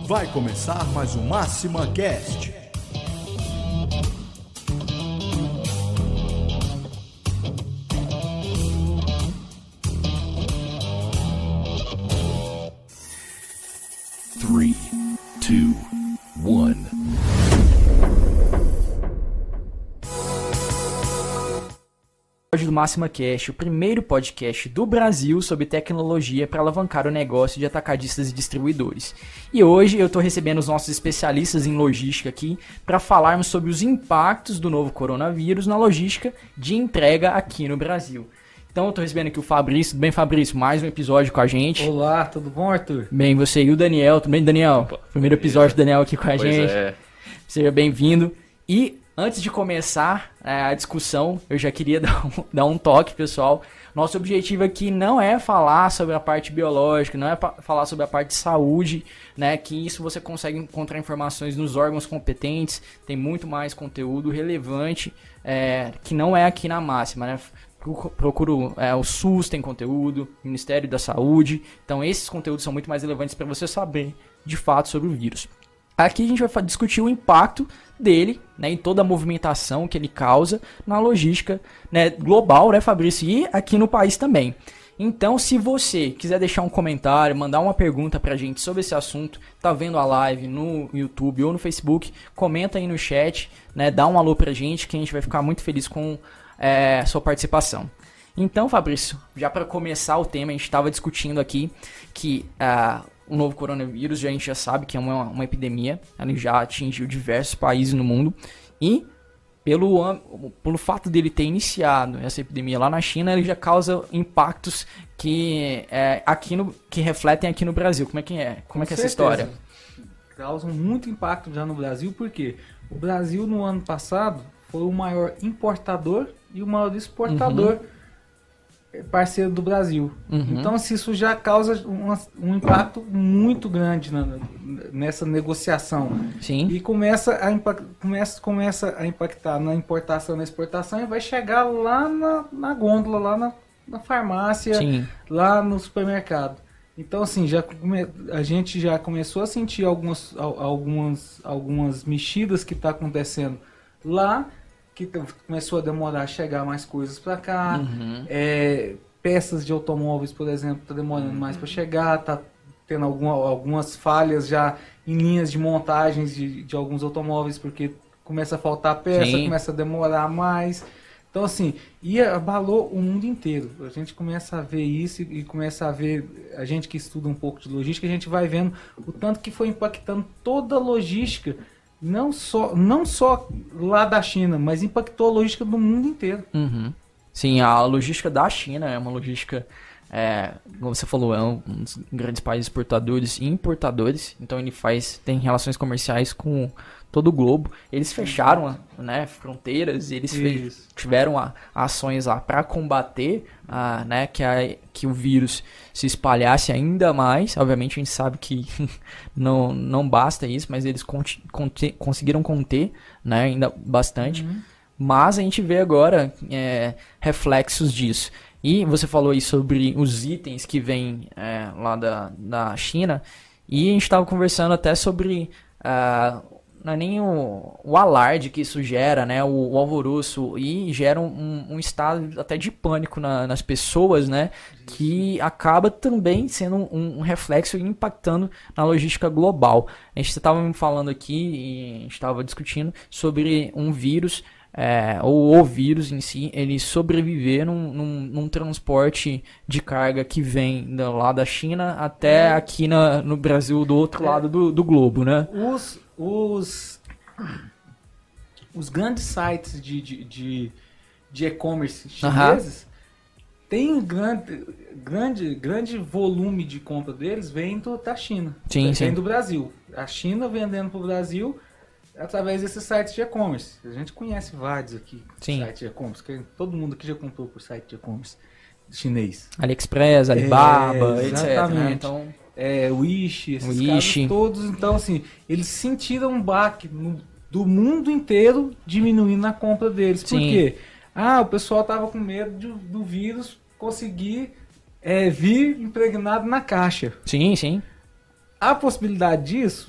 Vai começar mais um Máxima Cast. Three, two, one. Do Máxima Cast, o primeiro podcast do Brasil sobre tecnologia para alavancar o negócio de atacadistas e distribuidores. E hoje eu estou recebendo os nossos especialistas em logística aqui para falarmos sobre os impactos do novo coronavírus na logística de entrega aqui no Brasil. Então eu estou recebendo aqui o Fabrício. Tudo bem, Fabrício? Mais um episódio com a gente. Olá, tudo bom, Arthur? Bem, você e o Daniel. Tudo bem, Daniel? Opa, primeiro episódio do Daniel aqui com a gente. É. Seja bem-vindo. E antes de começar a discussão, eu já queria dar um toque, pessoal. Nosso objetivo aqui não é falar sobre a parte biológica, não é falar sobre a parte de saúde, né? Que isso você consegue encontrar informações nos órgãos competentes, tem muito mais conteúdo relevante que não é aqui na Máxima, né? Procuro, o SUS tem conteúdo, o Ministério da Saúde, então esses conteúdos são muito mais relevantes para você saber de fato sobre o vírus. Aqui a gente vai discutir o impacto dele, né, em toda a movimentação que ele causa na logística, né, global, né, Fabrício, e aqui no país também. Então, se você quiser deixar um comentário, mandar uma pergunta pra gente sobre esse assunto, tá vendo a live no YouTube ou no Facebook, comenta aí no chat, né, dá um alô pra gente que a gente vai ficar muito feliz com sua participação. Então, Fabrício, já para começar o tema, a gente estava discutindo aqui que o novo coronavírus, a gente já sabe que é uma epidemia, ele já atingiu diversos países no mundo, e pelo fato dele ter iniciado essa epidemia lá na China, ele já causa impactos que refletem aqui no Brasil. Como é que é essa história? Causam muito impacto já no Brasil, porque o Brasil no ano passado foi o maior importador e o maior exportador parceiro do Brasil. Então, assim, isso já causa um impacto muito grande nessa negociação. Sim. E começa a impactar na importação e na exportação e vai chegar lá na gôndola, lá na farmácia, Sim, lá no supermercado. Então, assim, a gente já começou a sentir algumas mexidas que está acontecendo lá, que começou a demorar a chegar mais coisas para cá. Peças de automóveis, por exemplo, está demorando mais para chegar, está tendo algumas falhas já em linhas de montagens de alguns automóveis, porque começa a faltar peça, Sim, começa a demorar mais. Então, assim, e abalou o mundo inteiro. A gente começa a ver isso e começa a ver, a gente que estuda um pouco de logística, a gente vai vendo o tanto que foi impactando toda a logística, não só lá da China, mas impactou a logística do mundo inteiro. Sim, a logística da China é uma logística, como você falou, é um dos grandes países exportadores e importadores, então ele tem relações comerciais com todo o globo. Eles fecharam, né, fronteiras, eles tiveram ações lá para combater que o vírus se espalhasse ainda mais. Obviamente a gente sabe que não basta isso, mas eles conseguiram conter, né, ainda bastante. Mas a gente vê agora reflexos disso. E você falou aí sobre os itens que vêm lá da China, e a gente estava conversando até sobre não é nem o alarde que isso gera, né, o alvoroço, e gera um estado até de pânico nas pessoas, né, que acaba também sendo um reflexo e impactando na logística global. A gente estava falando aqui e a gente estava discutindo sobre um vírus, ou o vírus em si, ele sobreviver num transporte de carga que vem lá da China até aqui no Brasil, do outro lado do globo, né? Os grandes sites de e-commerce chineses têm um grande volume de compra deles vem da China, vem do Brasil. A China vendendo para o Brasil através desses sites de e-commerce. A gente conhece vários aqui, sites de e-commerce, todo mundo aqui já comprou por site de e-commerce chinês. AliExpress, Alibaba, etc. Né? Então, Wish, esses caras todos. Então, assim, eles sentiram um baque do mundo inteiro diminuindo a compra deles. Por quê? O pessoal tava com medo do vírus conseguir vir impregnado na caixa. Sim, sim. A possibilidade disso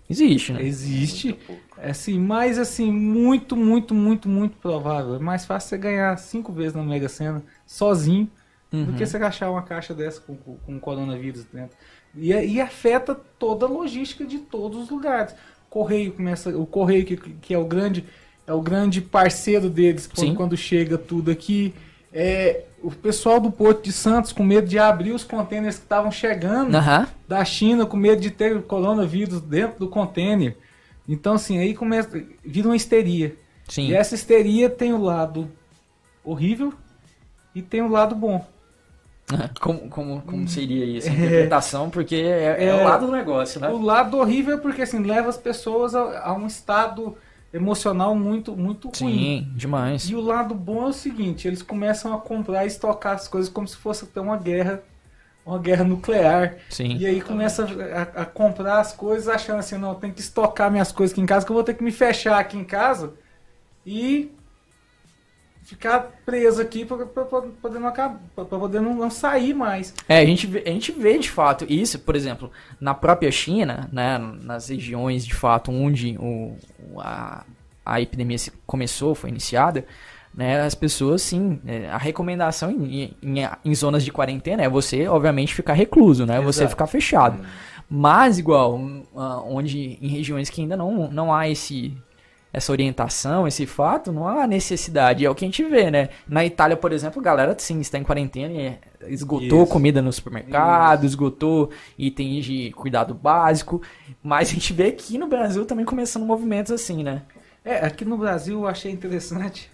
Existe, né? Existe. É assim, mas assim, muito, muito, muito, muito provável. É mais fácil você ganhar 5 vezes na Mega Sena sozinho do que você achar uma caixa dessa com coronavírus dentro. E afeta toda a logística de todos os lugares. O Correio que é o grande parceiro deles quando chega tudo aqui. O pessoal do Porto de Santos com medo de abrir os contêineres que estavam chegando da China, com medo de ter coronavírus dentro do contêiner. Então, assim, aí vira uma histeria. Sim. E essa histeria tem o lado horrível e tem o lado bom. Como seria isso? A interpretação, porque é o lado do negócio, né? O lado horrível é porque, assim, leva as pessoas a um estado emocional muito, muito ruim. Sim, demais. E o lado bom é o seguinte, eles começam a comprar e estocar as coisas como se fosse ter uma guerra nuclear. Sim. E aí começa a comprar as coisas achando assim, não, eu tenho que estocar minhas coisas aqui em casa, que eu vou ter que me fechar aqui em casa e ficar preso aqui para poder não sair mais. A gente vê de fato isso, por exemplo, na própria China, né, nas regiões de fato onde a epidemia foi iniciada, né, as pessoas, sim, a recomendação em zonas de quarentena é você, obviamente, ficar recluso, né, você ficar fechado. Mas, igual, em regiões que ainda não há essa orientação, esse fato, não há necessidade. É o que a gente vê, né? Na Itália, por exemplo, a galera, sim, está em quarentena e esgotou comida no supermercado, esgotou itens de cuidado básico. Mas a gente vê aqui no Brasil também começando movimentos assim, né? Aqui no Brasil eu achei interessante.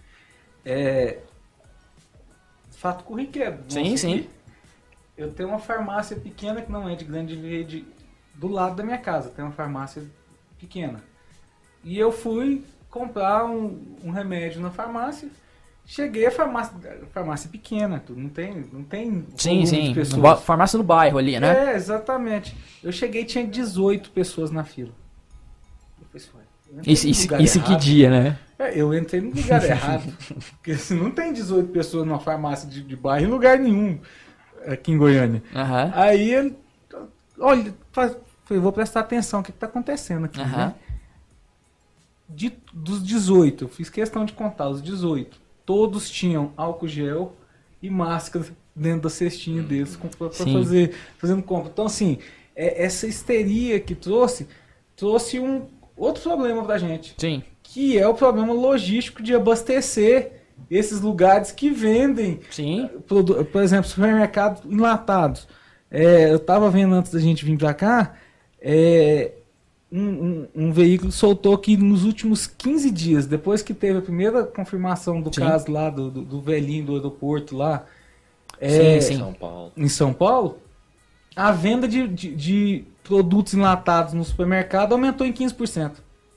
Fato corriqueiro. Sim. Eu tenho uma farmácia pequena que não é de grande rede do lado da minha casa. Tem uma farmácia pequena. E eu fui comprar um remédio na farmácia. Cheguei à farmácia pequena, tudo. Não tem sim. pessoas. Farmácia no bairro ali, né? Exatamente. Eu cheguei e tinha 18 pessoas na fila. Eu falei, isso que dia, né? Eu entrei no lugar errado. Porque assim, não tem 18 pessoas numa farmácia de bairro em lugar nenhum aqui em Goiânia. Aí ele, olha, falei, vou prestar atenção, o que está acontecendo aqui, né? Dos 18, eu fiz questão de contar, os 18, todos tinham álcool gel e máscara dentro da cestinha deles para fazendo compra. Então, assim, essa histeria que trouxe um outro problema pra gente. Sim. Que é o problema logístico de abastecer esses lugares que vendem, por exemplo, supermercados enlatados. Eu estava vendo antes da gente vir para cá, um veículo soltou que nos últimos 15 dias, depois que teve a primeira confirmação do caso lá, do velhinho do aeroporto lá, em São Paulo, a venda de produtos enlatados no supermercado aumentou em 15%.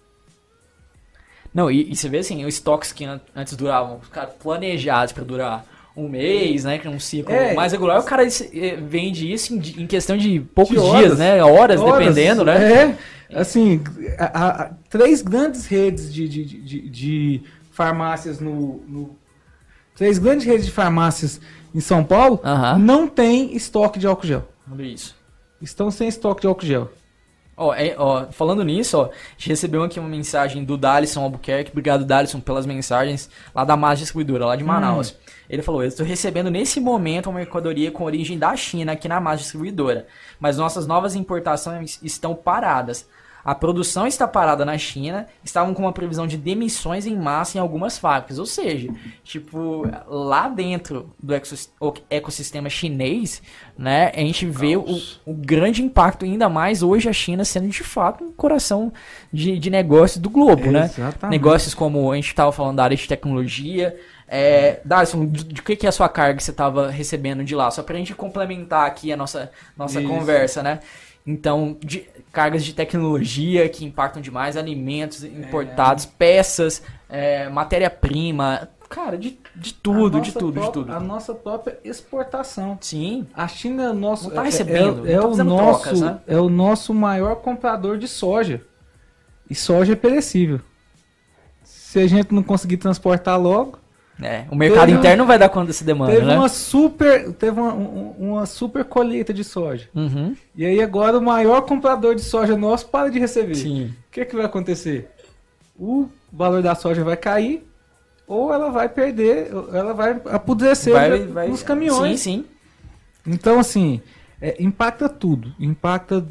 Não, e você vê assim, os estoques que antes duravam, planejados para durar um mês, né, que é um ciclo mais regular, o cara vende isso em questão de poucos dias, né, horas, dependendo, né? Assim, 3 grandes redes de farmácias três grandes redes de farmácias em São Paulo não tem estoque de álcool gel. Isso. Estão sem estoque de álcool gel. Falando nisso, a gente recebeu aqui uma mensagem do Dalisson Albuquerque. Obrigado, Dalisson, pelas mensagens lá da Mas Distribuidora, lá de Manaus. Ele falou, eu estou recebendo nesse momento uma mercadoria com origem da China aqui na Mas Distribuidora, mas nossas novas importações estão paradas. A produção está parada na China, estavam com uma previsão de demissões em massa em algumas fábricas. Ou seja, tipo, lá dentro do ecossistema chinês, né, a gente vê o grande impacto, ainda mais hoje a China sendo de fato um coração de negócios do globo, né? Negócios como a gente estava falando da área de tecnologia. Darson, de que é a sua carga que você estava recebendo de lá? Só para a gente complementar aqui a nossa conversa, né? Então, cargas de tecnologia que impactam demais, alimentos importados, peças, matéria-prima, cara, de tudo. A nossa própria exportação. Sim. A China é o nosso... Não tá recebendo, trocas, né? É o nosso maior comprador de soja. E soja é perecível. Se a gente não conseguir transportar logo, O mercado interno não vai dar conta dessa demanda, teve né? Teve uma super colheita de soja. E aí agora o maior comprador de soja nosso para de receber. Sim. O que vai acontecer? O valor da soja vai cair ou ela vai perder, ela vai apodrecer nos caminhões. Sim. Então, assim, impacta tudo. Impacta...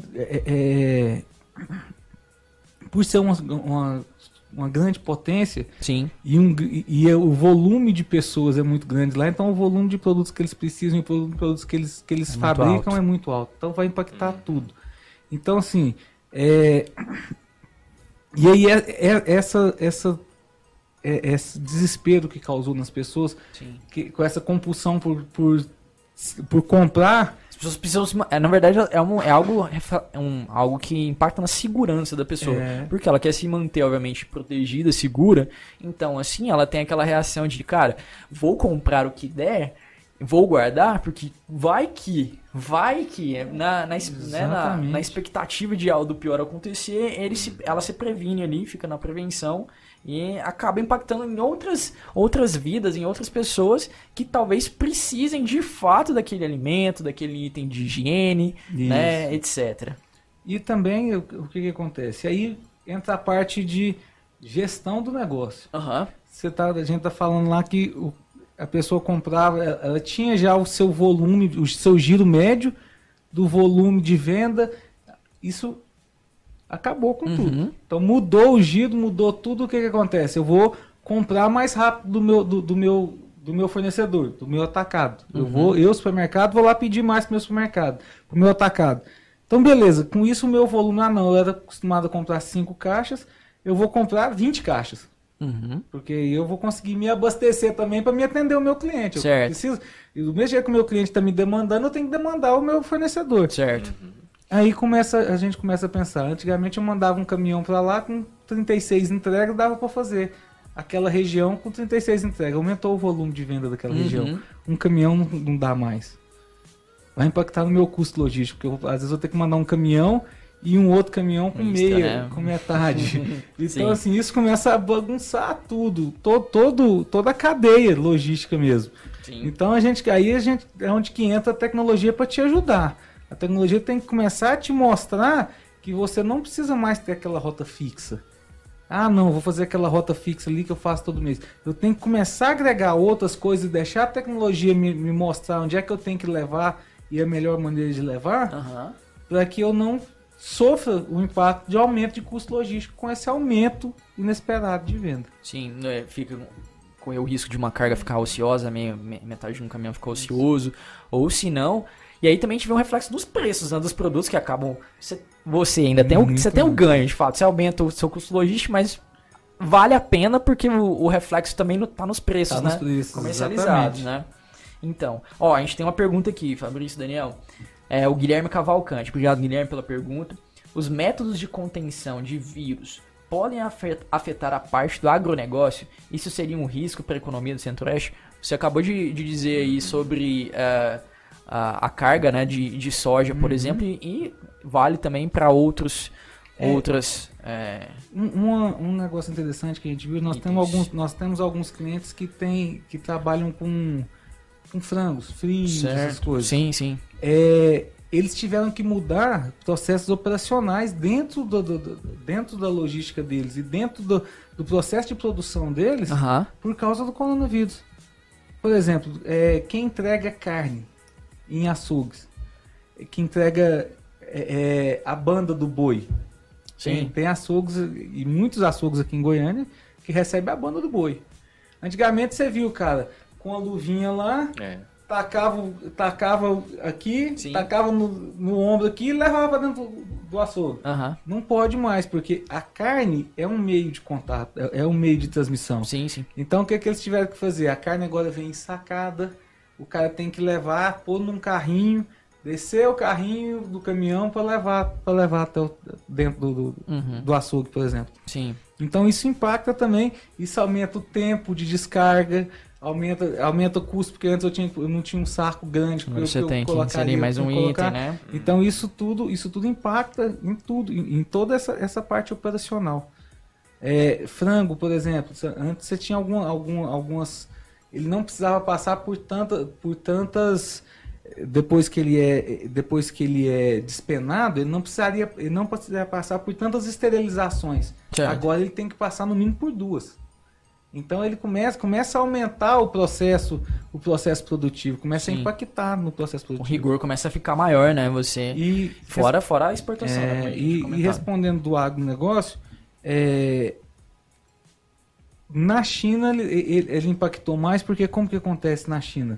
por ser uma grande potência. Sim. E o volume de pessoas é muito grande lá, então o volume de produtos que eles precisam e o volume de produtos que eles fabricam é muito alto. Então vai impactar tudo. Então, assim, e aí esse desespero que causou nas pessoas, com essa compulsão por comprar. As pessoas precisam, na verdade, algo que impacta na segurança da pessoa. Porque ela quer se manter, obviamente, protegida, segura. Então, assim, ela tem aquela reação de, cara, vou comprar o que der, vou guardar, porque vai que, na expectativa de algo do pior acontecer, ela se previne ali, fica na prevenção e acaba impactando em outras vidas, em outras pessoas que talvez precisem de fato daquele alimento, daquele item de higiene, né, etc. E também o que acontece? Aí entra a parte de gestão do negócio. A gente tá falando lá que a pessoa comprava, ela tinha já o seu volume, o seu giro médio do volume de venda, isso acabou com tudo. Então mudou o giro, mudou tudo. O que acontece? Eu vou comprar mais rápido do meu fornecedor, do meu atacado. Eu supermercado, vou lá pedir mais pro meu supermercado, pro meu atacado. Então beleza, com isso o meu volume, eu era acostumado a comprar 5 caixas, eu vou comprar 20 caixas. Porque eu vou conseguir me abastecer também para me atender o meu cliente. Certo. Eu preciso, e do mesmo jeito que o meu cliente está me demandando, eu tenho que demandar o meu fornecedor. Certo. Aí a gente começa a pensar. Antigamente eu mandava um caminhão para lá com 36 entregas, dava para fazer aquela região com 36 entregas. Aumentou o volume de venda daquela região. Um caminhão não dá mais. Vai impactar no meu custo logístico, porque às vezes eu vou ter que mandar um caminhão e um outro caminhão com com metade. Então, assim, isso começa a bagunçar tudo, toda a cadeia logística mesmo. Então, aí é onde que entra a tecnologia para te ajudar. A tecnologia tem que começar a te mostrar que você não precisa mais ter aquela rota fixa. Vou fazer aquela rota fixa ali que eu faço todo mês. Eu tenho que começar a agregar outras coisas e deixar a tecnologia me mostrar onde é que eu tenho que levar e a melhor maneira de levar, para que eu não sofra o impacto de aumento de custo logístico com esse aumento inesperado de venda. Sim, fica com o risco de uma carga ficar ociosa, metade de um caminhão ficar ocioso, ou se não... E aí também a gente vê um reflexo dos preços, né, dos produtos que acabam... Você ainda tem o ganho, de fato, você aumenta o seu custo logístico, mas vale a pena porque o reflexo também está nos preços, né? Nos preços, comercializados, né? Então, a gente tem uma pergunta aqui, Fabrício, Daniel. O Guilherme Cavalcante. Obrigado, Guilherme, pela pergunta. Os métodos de contenção de vírus podem afetar a parte do agronegócio? Isso seria um risco para a economia do Centro-Oeste? Você acabou de dizer aí sobre a carga, né, de soja, por exemplo, e vale também para outras... Um negócio interessante que a gente viu, nós temos alguns clientes que trabalham com frangos, frios, essas coisas. Sim. Eles tiveram que mudar processos operacionais dentro da logística deles e dentro do processo de produção deles por causa do coronavírus. Por exemplo, quem entrega carne em açougues, que entrega a banda do boi. Tem açougues, e muitos açougues aqui em Goiânia, que recebem a banda do boi. Antigamente você viu, cara, com a luvinha lá, tacava aqui, tacava no ombro aqui e levava para dentro do açougue. Não pode mais, porque a carne é um meio de contato, é um meio de transmissão. Sim. Então o que eles tiveram que fazer? A carne agora vem ensacada, o cara tem que levar, pôr num carrinho, descer o carrinho do caminhão para levar até dentro do açougue, por exemplo. Sim. Então isso impacta também, isso aumenta o tempo de descarga, aumenta o custo, porque antes eu não tinha um saco grande. Você tem que inserir mais um item, né? Então isso tudo impacta em tudo, em toda essa parte operacional. Frango, por exemplo, antes você tinha algumas ele não precisava passar por tantas depois que ele é despenado, ele não precisaria passar por tantas esterilizações. Certo. Agora ele tem que passar no mínimo por 2. Então ele começa a aumentar o processo produtivo, começa a impactar no processo produtivo. O rigor começa a ficar maior, né? Fora a exportação. E respondendo do agronegócio, na China ele impactou mais, porque como que acontece na China?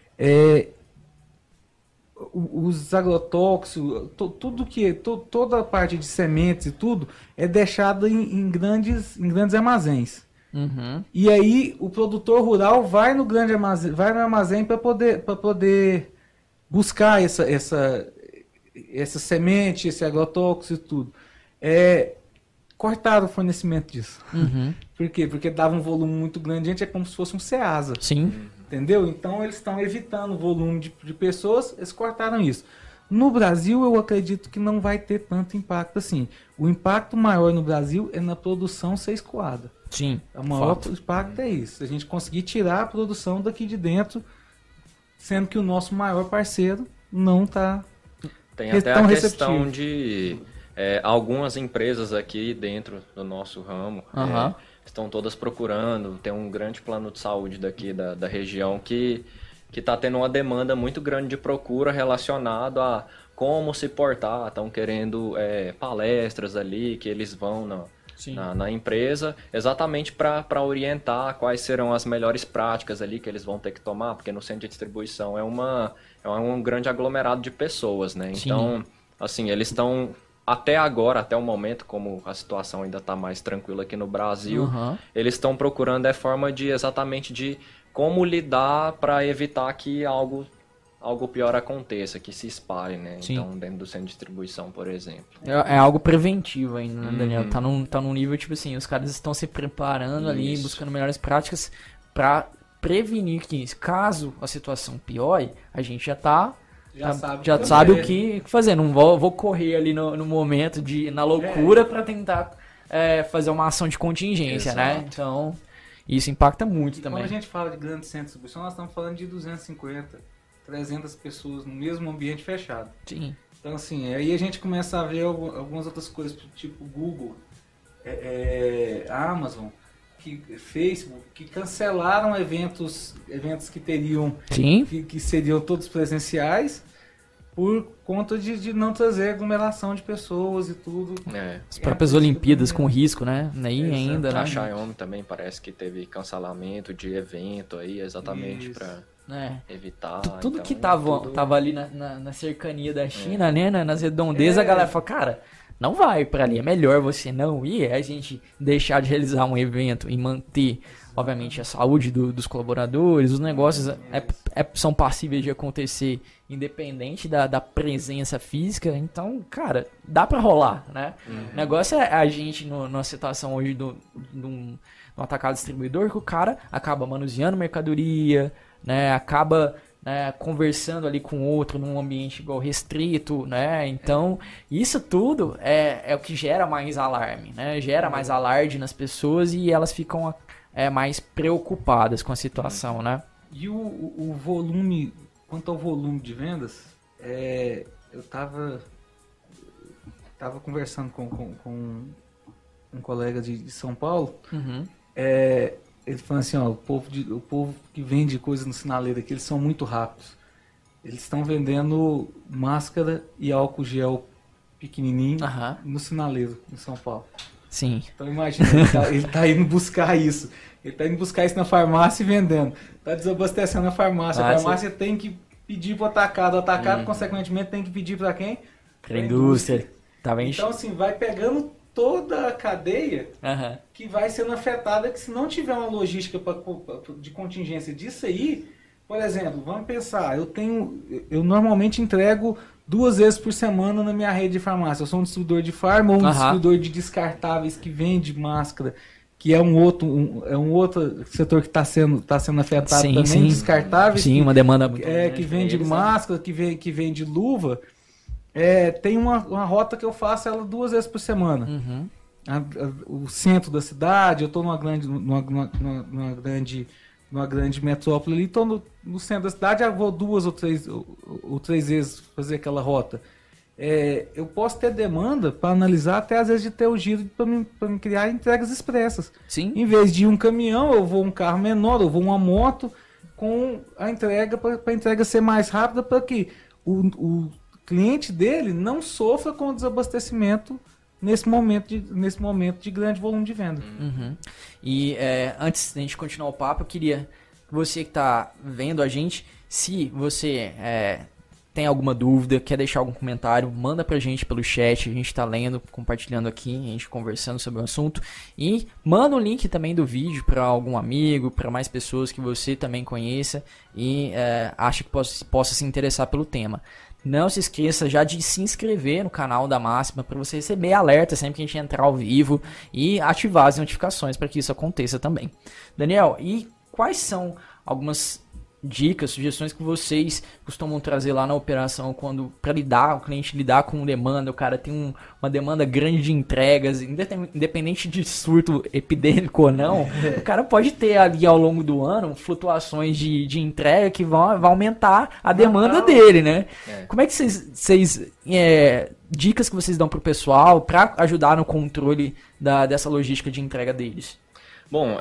Os agrotóxicos, toda a parte de sementes e tudo é deixada em grandes armazéns. Uhum. E aí o produtor rural vai no armazém para poder buscar essa semente, esse agrotóxico e tudo. Cortaram o fornecimento disso. Uhum. Por quê? Porque dava um volume muito grande, gente, é como se fosse um Ceasa. Sim. Entendeu? Então eles estão evitando o volume de pessoas, eles cortaram isso. No Brasil, eu acredito que não vai ter tanto impacto assim. O impacto maior no Brasil é na produção ser escoada. Sim. O maior impacto é isso. A gente conseguir tirar a produção daqui de dentro, sendo que o nosso maior parceiro não está Tem até a questão de algumas empresas aqui dentro do nosso ramo estão todas procurando, tem um grande plano de saúde daqui da região que está tendo uma demanda muito grande de procura relacionado a como se portar, estão querendo palestras ali que eles vão na empresa, exatamente para orientar quais serão as melhores práticas ali que eles vão ter que tomar, porque no centro de distribuição é um grande aglomerado de pessoas, né? Então, assim, eles estão até agora, até o momento, como a situação ainda está mais tranquila aqui no Brasil, eles estão procurando forma exatamente de como lidar para evitar que algo pior aconteça, que se espalhe, né? Sim. Então, dentro do centro de distribuição, por exemplo. É algo preventivo ainda, né, Daniel? Tá num nível, tipo assim, os caras estão se preparando ali, buscando melhores práticas para prevenir que, caso a situação piore, a gente já sabe o que fazer. Não vou correr ali no momento, na loucura, para tentar fazer uma ação de contingência, Exato. né? Então, isso impacta muito também. Quando a gente fala de grandes centros de distribuição, nós estamos falando de 250, 300 pessoas no mesmo ambiente fechado. Sim. Então, assim, aí a gente começa a ver algumas outras coisas, tipo Google, Amazon, Facebook, que cancelaram eventos que teriam, que seriam todos presenciais, por conta de não trazer aglomeração de pessoas e tudo. As próprias Olimpíadas com risco, né? Aí ainda, né? A Xiaomi também parece que teve cancelamento de evento aí, exatamente para evitar. Tudo então, que tava ali na cercania da China, né? Nas redondezas, a galera falou, cara, não vai pra ali, é melhor você não ir, a gente deixar de realizar um evento e manter, obviamente, a saúde dos colaboradores, os negócios são passíveis de acontecer independente da presença física, então, cara, dá pra rolar, né? O negócio é a gente, numa situação hoje no atacado distribuidor, que o cara acaba manuseando mercadoria, né? Acaba conversando ali com outro num ambiente igual restrito, né? Então, isso tudo é o que gera mais alarme, né? Gera mais alarde nas pessoas e elas ficam mais preocupadas com a situação, né? E o volume, quanto ao volume de vendas, eu tava conversando com um colega de São Paulo, ele falou assim, ó, o povo que vende coisa no sinaleiro aqui, eles são muito rápidos. Eles estão vendendo máscara e álcool gel pequenininho no sinaleiro em São Paulo. Sim. Então imagina, ele tá indo buscar isso. Ele tá indo buscar isso na farmácia e vendendo. Tá desabastecendo a farmácia. A farmácia tem que pedir pro atacado. O atacado, consequentemente, tem que pedir para quem? Pra indústria. Então, assim, vai pegando toda a cadeia que vai sendo afetada, que se não tiver uma logística de contingência disso aí, por exemplo, vamos pensar, eu normalmente entrego 2 vezes por semana na minha rede de farmácia. Eu sou um distribuidor de farma ou um distribuidor de descartáveis que vende máscara, que é um outro setor que está sendo afetado também, descartáveis. Sim, uma demanda muito grande. Que vende máscara, que vende luva. Tem uma rota que eu faço ela 2 vezes por semana. O centro da cidade, eu estou numa grande numa grande metrópole ali, estou no centro da cidade, vou 2 ou 3 vezes fazer aquela rota. Eu posso ter demanda para analisar até às vezes de ter o giro para me criar entregas expressas. Sim. Em vez de um caminhão, eu vou um carro menor, eu vou uma moto com a entrega para a entrega ser mais rápida, para que o cliente dele não sofra com o desabastecimento nesse momento de grande volume de venda. Uhum. E antes da gente continuar o papo, eu queria que você que está vendo a gente, se você tem alguma dúvida, quer deixar algum comentário, manda pra gente pelo chat, a gente tá lendo, compartilhando aqui, a gente conversando sobre o assunto. E manda o link também do vídeo para algum amigo, para mais pessoas que você também conheça e acha que possa se interessar pelo tema. Não se esqueça já de se inscrever no canal da Máxima para você receber alerta sempre que a gente entrar ao vivo e ativar as notificações para que isso aconteça também. Daniel, e quais são algumas dicas, sugestões que vocês costumam trazer lá na operação para o cliente lidar com demanda, o cara tem uma demanda grande de entregas, independente de surto epidêmico ou não, o cara pode ter ali ao longo do ano flutuações de entrega que vão aumentar a demanda dele, né? Como é que vocês dicas que vocês dão pro pessoal para ajudar no controle dessa logística de entrega deles? Bom,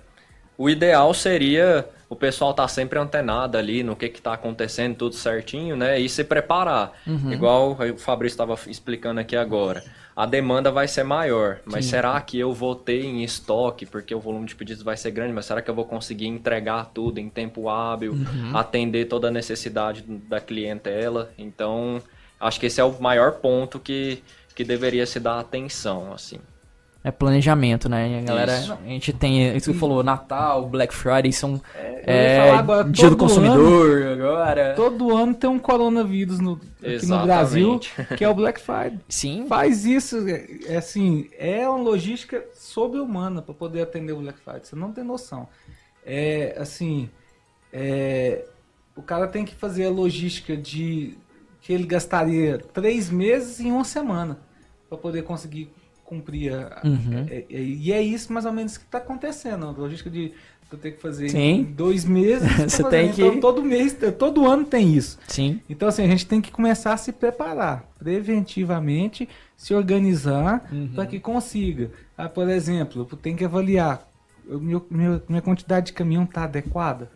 o ideal seria o pessoal estar sempre antenado ali no que está acontecendo, tudo certinho, né? E se preparar. Uhum. Igual o Fabrício estava explicando aqui agora. A demanda vai ser maior, mas será que eu vou ter em estoque, porque o volume de pedidos vai ser grande, mas será que eu vou conseguir entregar tudo em tempo hábil, atender toda a necessidade da clientela? Então, acho que esse é o maior ponto que deveria se dar atenção, assim. É planejamento, né? Galera, a gente tem, isso que você falou, Natal, Black Friday, são dia do consumidor agora. Todo ano tem um coronavírus aqui no Brasil, que é o Black Friday. Sim. Faz isso, é uma logística sobre-humana para poder atender o Black Friday. Você não tem noção. O cara tem que fazer a logística que ele gastaria 3 meses em 1 semana para poder conseguir cumprir e é isso mais ou menos que está acontecendo. A logística de eu ter que fazer em 2 meses. Você tem que... Então, todo ano tem isso. Sim. Então, assim, a gente tem que começar a se preparar preventivamente, se organizar para que consiga. Por exemplo, tem que avaliar minha quantidade de caminhão está adequada.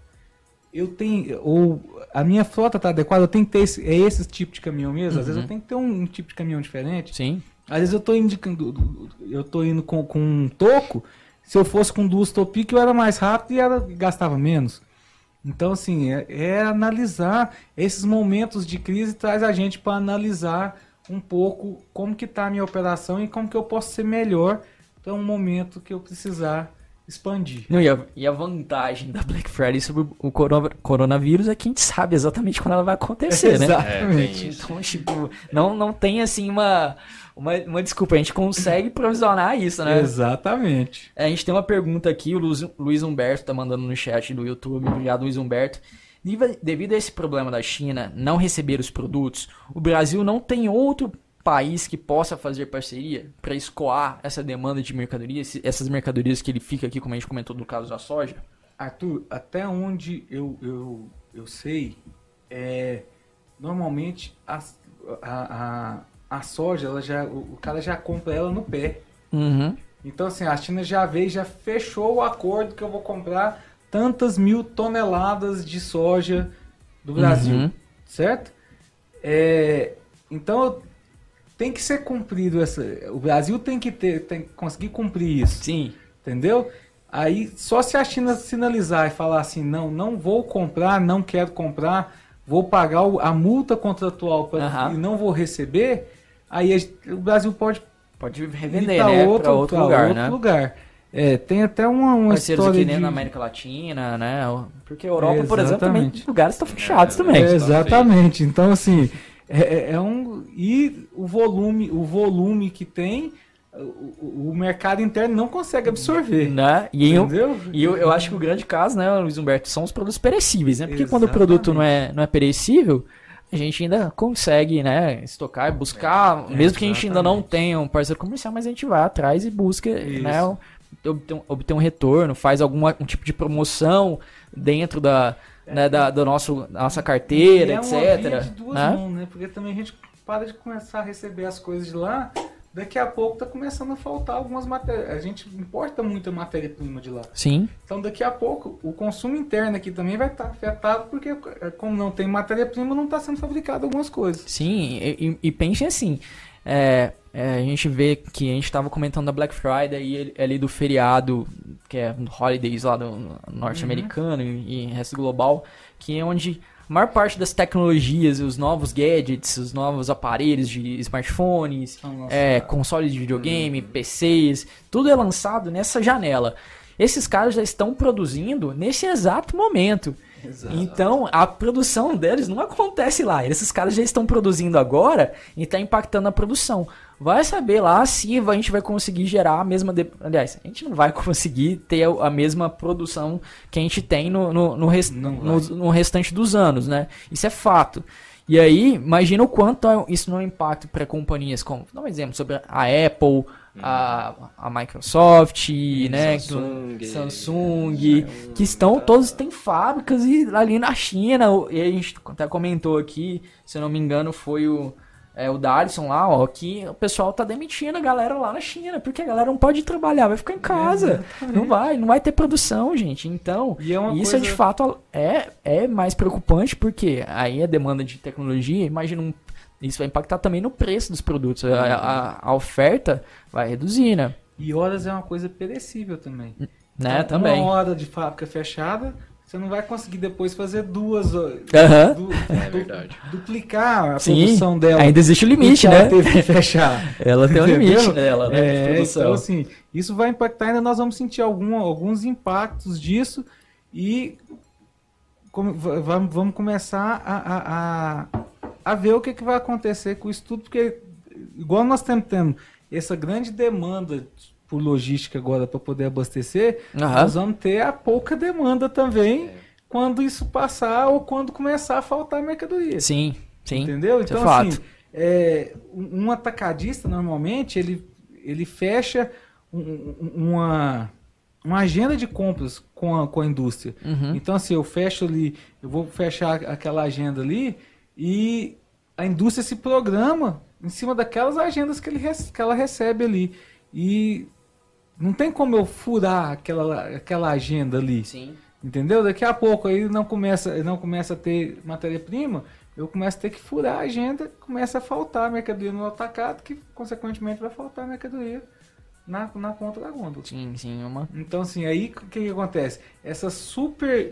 A minha frota está adequada, eu tenho que ter esse tipo de caminhão mesmo. Às vezes eu tenho que ter um tipo de caminhão diferente. Sim. Às vezes eu tô indo com um toco, se eu fosse com 2 topic eu era mais rápido e gastava menos. Então, assim, analisar esses momentos de crise, traz a gente para analisar um pouco como que está a minha operação e como que eu posso ser melhor para um momento que eu precisar expandir. Não, e a vantagem da Black Friday sobre o coronavírus é que a gente sabe exatamente quando ela vai acontecer, né? Exatamente. Então, tipo, não tem assim uma desculpa, a gente consegue provisionar isso, né? Exatamente. A gente tem uma pergunta aqui, o Luiz Humberto tá mandando no chat do YouTube. Obrigado, Luiz Humberto. Devido a esse problema da China não receber os produtos, o Brasil não tem outro país que possa fazer parceria para escoar essa demanda de mercadorias, essas mercadorias que ele fica aqui, como a gente comentou no caso da soja? Arthur, até onde eu sei, normalmente a soja, o cara já compra ela no pé. Então, assim, a China já fechou o acordo que eu vou comprar tantas 1000 toneladas de soja do Brasil, certo? Então, tem que ser cumprido o Brasil tem que conseguir cumprir isso. Sim. Entendeu? Aí, só se a China sinalizar e falar assim, não vou comprar, não quero comprar, vou pagar a multa contratual e não vou receber, aí o Brasil pode revender, né? Para outro lugar. Tem até uma história aqui dentro da América Latina, né? Porque a Europa, por exemplo, também lugares estão fechados também. Exatamente. Então, assim, e o volume que tem, o mercado interno não consegue absorver. Né? Entendeu? E eu acho que o grande caso, né, Luiz Humberto, são os produtos perecíveis, né? Porque quando o produto não é perecível, a gente ainda consegue, né, estocar e buscar, mesmo que a gente ainda não tenha um parceiro comercial, mas a gente vai atrás e busca, né, obter um retorno, faz um tipo de promoção dentro da nossa carteira, etc. É uma via de duas mãos, né? Porque também a gente para de começar a receber as coisas de lá, daqui a pouco tá começando a faltar algumas matérias. A gente importa muita matéria-prima de lá. Sim. Então daqui a pouco o consumo interno aqui também vai estar afetado, porque como não tem matéria-prima, não está sendo fabricado algumas coisas. Sim, e pense assim, a gente vê que a gente estava comentando da Black Friday e ali do feriado, que é Holidays lá do norte-americano e resto global, que é onde a maior parte das tecnologias, os novos gadgets, os novos aparelhos de smartphones, consoles de videogame, PCs, tudo é lançado nessa janela. Esses caras já estão produzindo nesse exato momento. Exato. Então, a produção deles não acontece lá. Esses caras já estão produzindo agora e está impactando a produção. Vai saber lá se a gente vai conseguir gerar a mesma... Aliás, a gente não vai conseguir ter a mesma produção que a gente tem no restante dos anos, né? Isso é fato. E aí, imagina o quanto isso não impacta para companhias como... Dá um exemplo sobre a Apple, a Microsoft, né? Samsung, que estão... Todos têm fábricas ali na China. E a gente até comentou aqui, se eu não me engano, foi o Darlison lá, ó, que o pessoal tá demitindo a galera lá na China, porque a galera não pode trabalhar, vai ficar em casa, não vai ter produção, gente. Então, isso de fato é mais preocupante, porque aí a demanda de tecnologia, imagina, isso vai impactar também no preço dos produtos, a oferta vai reduzir, né? E horas é uma coisa perecível também. Né, também. Uma hora de fábrica fechada, você não vai conseguir depois fazer duas. Duplicar a produção dela. Ainda existe o limite, né? Ela teve que fechar. Ela tem um limite dela, né? De produção. Então, assim, isso vai impactar, ainda nós vamos sentir alguns impactos disso e vamos começar a ver o que vai acontecer com isso tudo, porque igual nós estamos tendo essa grande demanda por logística agora para poder abastecer, nós vamos ter a pouca demanda também quando isso passar ou quando começar a faltar mercadoria. Sim. Entendeu? Isso então, assim, um atacadista, normalmente, ele fecha uma agenda de compras com a indústria. Então, assim, eu vou fechar aquela agenda ali e a indústria se programa em cima daquelas agendas que ela recebe ali. E não tem como eu furar aquela agenda ali. Sim. Entendeu? Daqui a pouco aí não começa a ter matéria-prima, eu começo a ter que furar a agenda, começa a faltar mercadoria no atacado, que consequentemente vai faltar mercadoria na ponta da gôndola. Sim. Então, assim, aí o que acontece? Essa super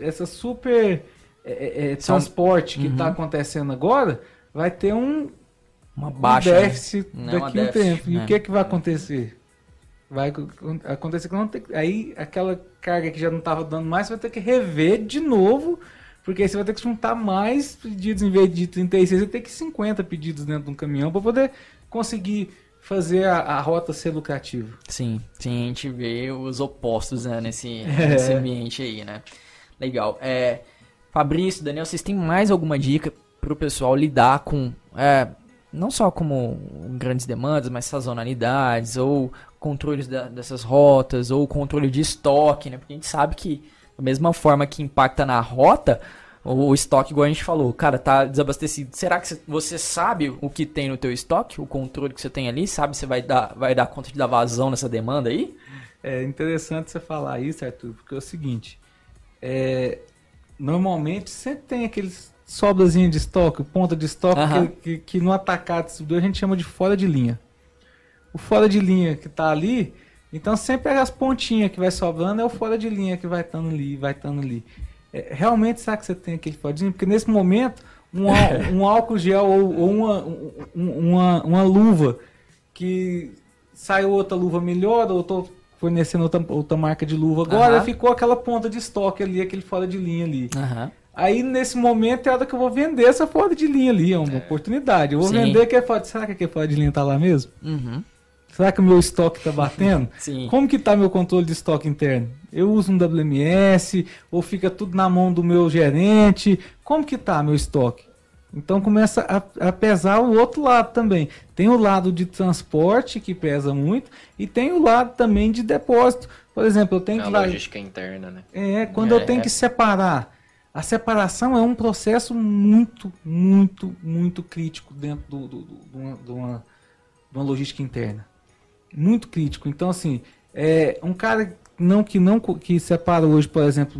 transporte que está acontecendo agora vai ter uma baixa, déficit daqui a um tempo. E o que vai acontecer? Vai acontecer que não tem... Aí aquela carga que já não estava dando mais, você vai ter que rever de novo, porque aí você vai ter que juntar mais pedidos, em vez de 36, você vai ter que 50 pedidos dentro de um caminhão para poder conseguir fazer a rota ser lucrativa. Sim, a gente vê os opostos, né, nesse ambiente aí, né? Legal. Fabrício, Daniel, vocês têm mais alguma dica para o pessoal lidar com... não só como grandes demandas, mas sazonalidades, ou controles dessas rotas, ou controle de estoque, né? Porque a gente sabe que, da mesma forma que impacta na rota, o estoque, igual a gente falou, cara, tá desabastecido. Será que você sabe o que tem no teu estoque? O controle que você tem ali? Sabe se vai dar conta de dar vazão nessa demanda aí? É interessante você falar isso, Arthur, porque é o seguinte, normalmente sempre tem aqueles sobrazinho de estoque, ponta de estoque, que no atacado distribuidor a gente chama de fora de linha. O fora de linha que está ali, então sempre as pontinhas que vai sobrando é o fora de linha que vai estando ali. Realmente sabe que você tem aquele fora de linha? Porque nesse momento, um álcool gel ou uma luva que saiu outra luva melhor, ou estou fornecendo outra marca de luva agora, ficou aquela ponta de estoque ali, aquele fora de linha ali. Aí, nesse momento, é a hora que eu vou vender essa fora de linha ali. É uma oportunidade. Eu vou vender aquele fora. Será que aquele fora de linha tá lá mesmo? Será que o meu estoque tá batendo? Sim. Como que tá meu controle de estoque interno? Eu uso um WMS ou fica tudo na mão do meu gerente? Como que tá meu estoque? Então começa a pesar o outro lado também. Tem o lado de transporte, que pesa muito, e tem o lado também de depósito. Por exemplo, eu tenho que... A logística interna, né? Quando eu tenho que separar. A separação é um processo muito, muito, muito crítico dentro de uma logística interna. Muito crítico. Então, assim, um cara que separa hoje, por exemplo,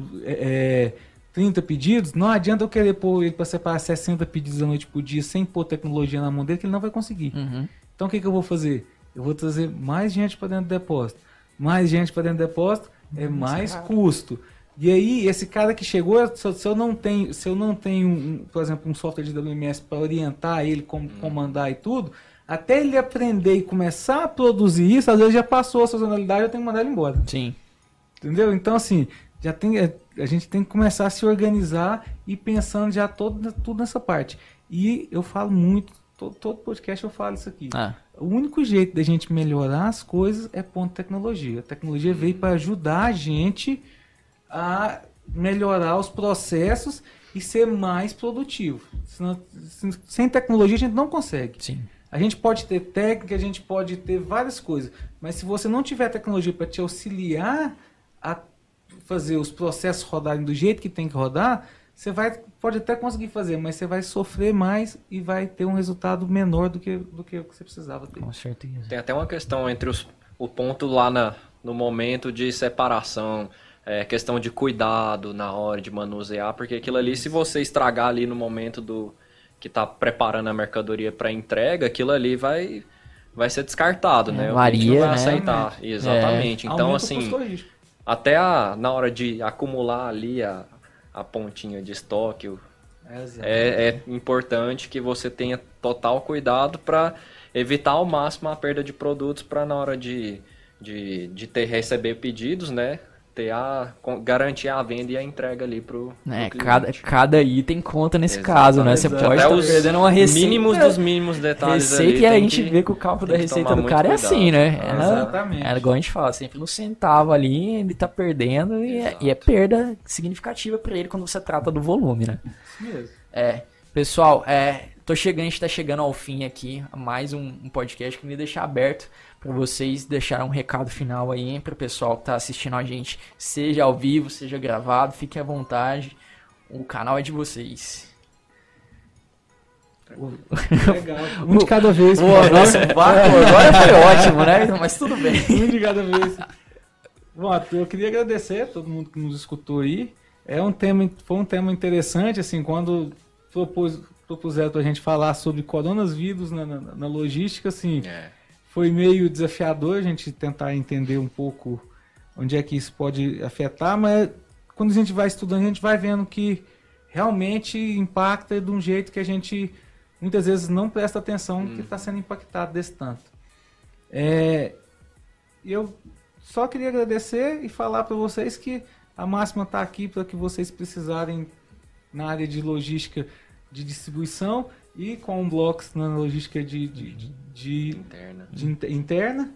30 pedidos, não adianta eu querer pôr ele para separar 60 pedidos à noite por dia sem pôr tecnologia na mão dele, que ele não vai conseguir. Uhum. Então, o que eu vou fazer? Eu vou trazer mais gente para dentro do depósito. Mais gente para dentro do depósito é mais custo. E aí, esse cara que chegou, se eu não tenho, por exemplo, um software de WMS para orientar ele, como comandar e tudo, até ele aprender e começar a produzir isso, às vezes já passou a sazonalidade, eu tenho que mandar ele embora. Sim. Entendeu? Então, assim, a gente tem que começar a se organizar e pensando já tudo nessa parte. E eu falo muito, todo podcast eu falo isso aqui. O único jeito da gente melhorar as coisas é ponto tecnologia. A tecnologia veio para ajudar a gente a melhorar os processos e ser mais produtivo. Sem tecnologia a gente não consegue. Sim. A gente pode ter técnica, a gente pode ter várias coisas, mas se você não tiver tecnologia para te auxiliar a fazer os processos rodarem do jeito que tem que rodar, você pode até conseguir fazer, mas você vai sofrer mais e vai ter um resultado menor do que você precisava ter. Com certeza. Tem até uma questão entre o ponto lá no momento de separação, questão de cuidado na hora de manusear, porque aquilo ali, se você estragar ali no momento que está preparando a mercadoria para entrega, aquilo ali vai ser descartado, né? Varia, não vai né? Aceitar. Exatamente. Então, assim, até na hora de acumular ali a pontinha de estoque, é importante que você tenha total cuidado para evitar ao máximo a perda de produtos, para na hora de receber pedidos, né? Garantir a venda e a entrega ali pro cliente. Cada item conta nesse caso, né? Você pode estar perdendo uma receita. Mínimos dos mínimos detalhes receita ali. E a gente vê que o cálculo da receita do cara é assim, né? Exatamente. Igual a gente fala, sempre no centavo ali, ele tá perdendo e é perda significativa para ele quando você trata do volume, né? Isso mesmo. Pessoal, a gente tá chegando ao fim aqui, mais um podcast que eu queria deixar aberto para vocês deixarem um recado final aí para o pessoal que tá assistindo a gente, seja ao vivo, seja gravado, fiquem à vontade, o canal é de vocês. Legal, um de cada vez. Nossa, agora foi ótimo, né? Mas tudo bem. Um de cada vez. Bom, eu queria agradecer a todo mundo que nos escutou aí. Foi um tema interessante, assim, quando propuseram pra gente falar sobre coronavírus na logística, assim, foi meio desafiador a gente tentar entender um pouco onde é que isso pode afetar, mas quando a gente vai estudando, a gente vai vendo que realmente impacta de um jeito que a gente muitas vezes não presta atenção que está sendo impactado desse tanto. Eu só queria agradecer e falar para vocês que a Máxima está aqui para que vocês precisarem na área de logística de distribuição e com blocos na logística interna.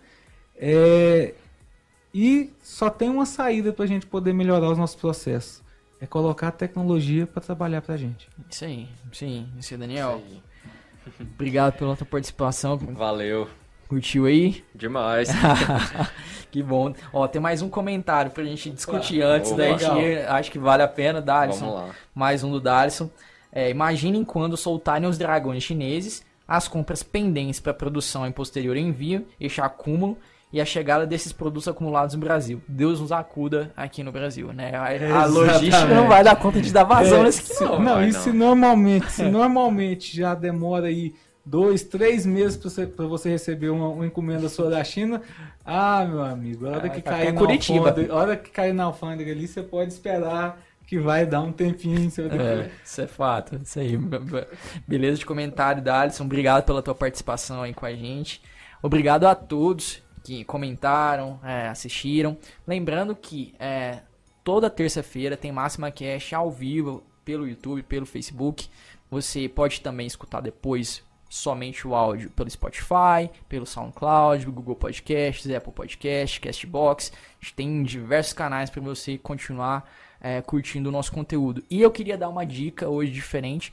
E só tem uma saída para a gente poder melhorar os nossos processos. É colocar a tecnologia para trabalhar para a gente. Isso aí. Sim, isso aí, Daniel. Isso aí. Obrigado pela tua participação. Valeu. Curtiu aí? Demais. Que bom. Ó, tem mais um comentário pra gente discutir antes da gente ir. Acho que vale a pena, Dalisson. Vamos lá. Mais um do Dalisson. Imaginem quando soltarem os dragões chineses, as compras pendentes para produção em posterior envio, este acúmulo e a chegada desses produtos acumulados no Brasil. Deus nos acuda aqui no Brasil, né? A logística não vai dar conta de dar vazão nesse aqui, não. Se normalmente já demora aí 2, 3 meses para você receber uma encomenda sua da China, meu amigo, a hora que cair na alfândega ali, você pode esperar que vai dar um tempinho. Isso é fato, isso aí. Beleza de comentário, Dalisson. Obrigado pela tua participação aí com a gente. Obrigado a todos que comentaram, assistiram. Lembrando que toda terça-feira tem Máxima Cast ao vivo pelo YouTube, pelo Facebook. Você pode também escutar depois somente o áudio pelo Spotify, pelo SoundCloud, Google Podcasts, Apple Podcasts, Castbox. A gente tem diversos canais para você continuar curtindo o nosso conteúdo. E eu queria dar uma dica hoje diferente,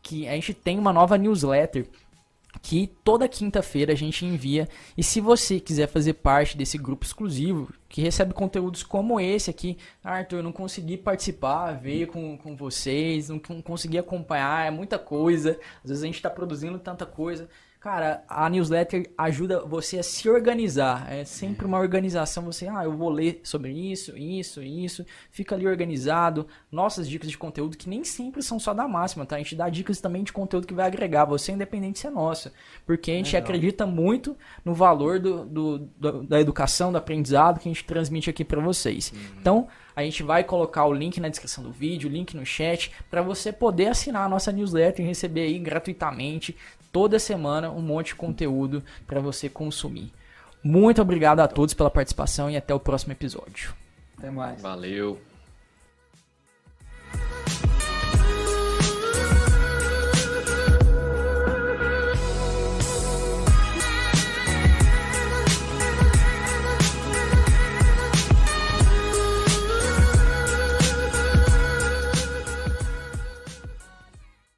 que a gente tem uma nova newsletter que toda quinta-feira a gente envia. E se você quiser fazer parte desse grupo exclusivo, que recebe conteúdos como esse aqui, Arthur, eu não consegui participar, veio com vocês, não consegui acompanhar, é muita coisa, às vezes a gente está produzindo tanta coisa. Cara, a newsletter ajuda você a se organizar. É sempre uma organização. Você, eu vou ler sobre isso. Fica ali organizado. Nossas dicas de conteúdo que nem sempre são só da Máxima, tá? A gente dá dicas também de conteúdo que vai agregar você, independente se é nossa. Porque a gente acredita muito no valor da educação, do aprendizado que a gente transmite aqui para vocês. Então, a gente vai colocar o link na descrição do vídeo, o link no chat, para você poder assinar a nossa newsletter e receber aí gratuitamente, toda semana, um monte de conteúdo para você consumir. Muito obrigado a todos pela participação e até o próximo episódio. Até mais. Valeu.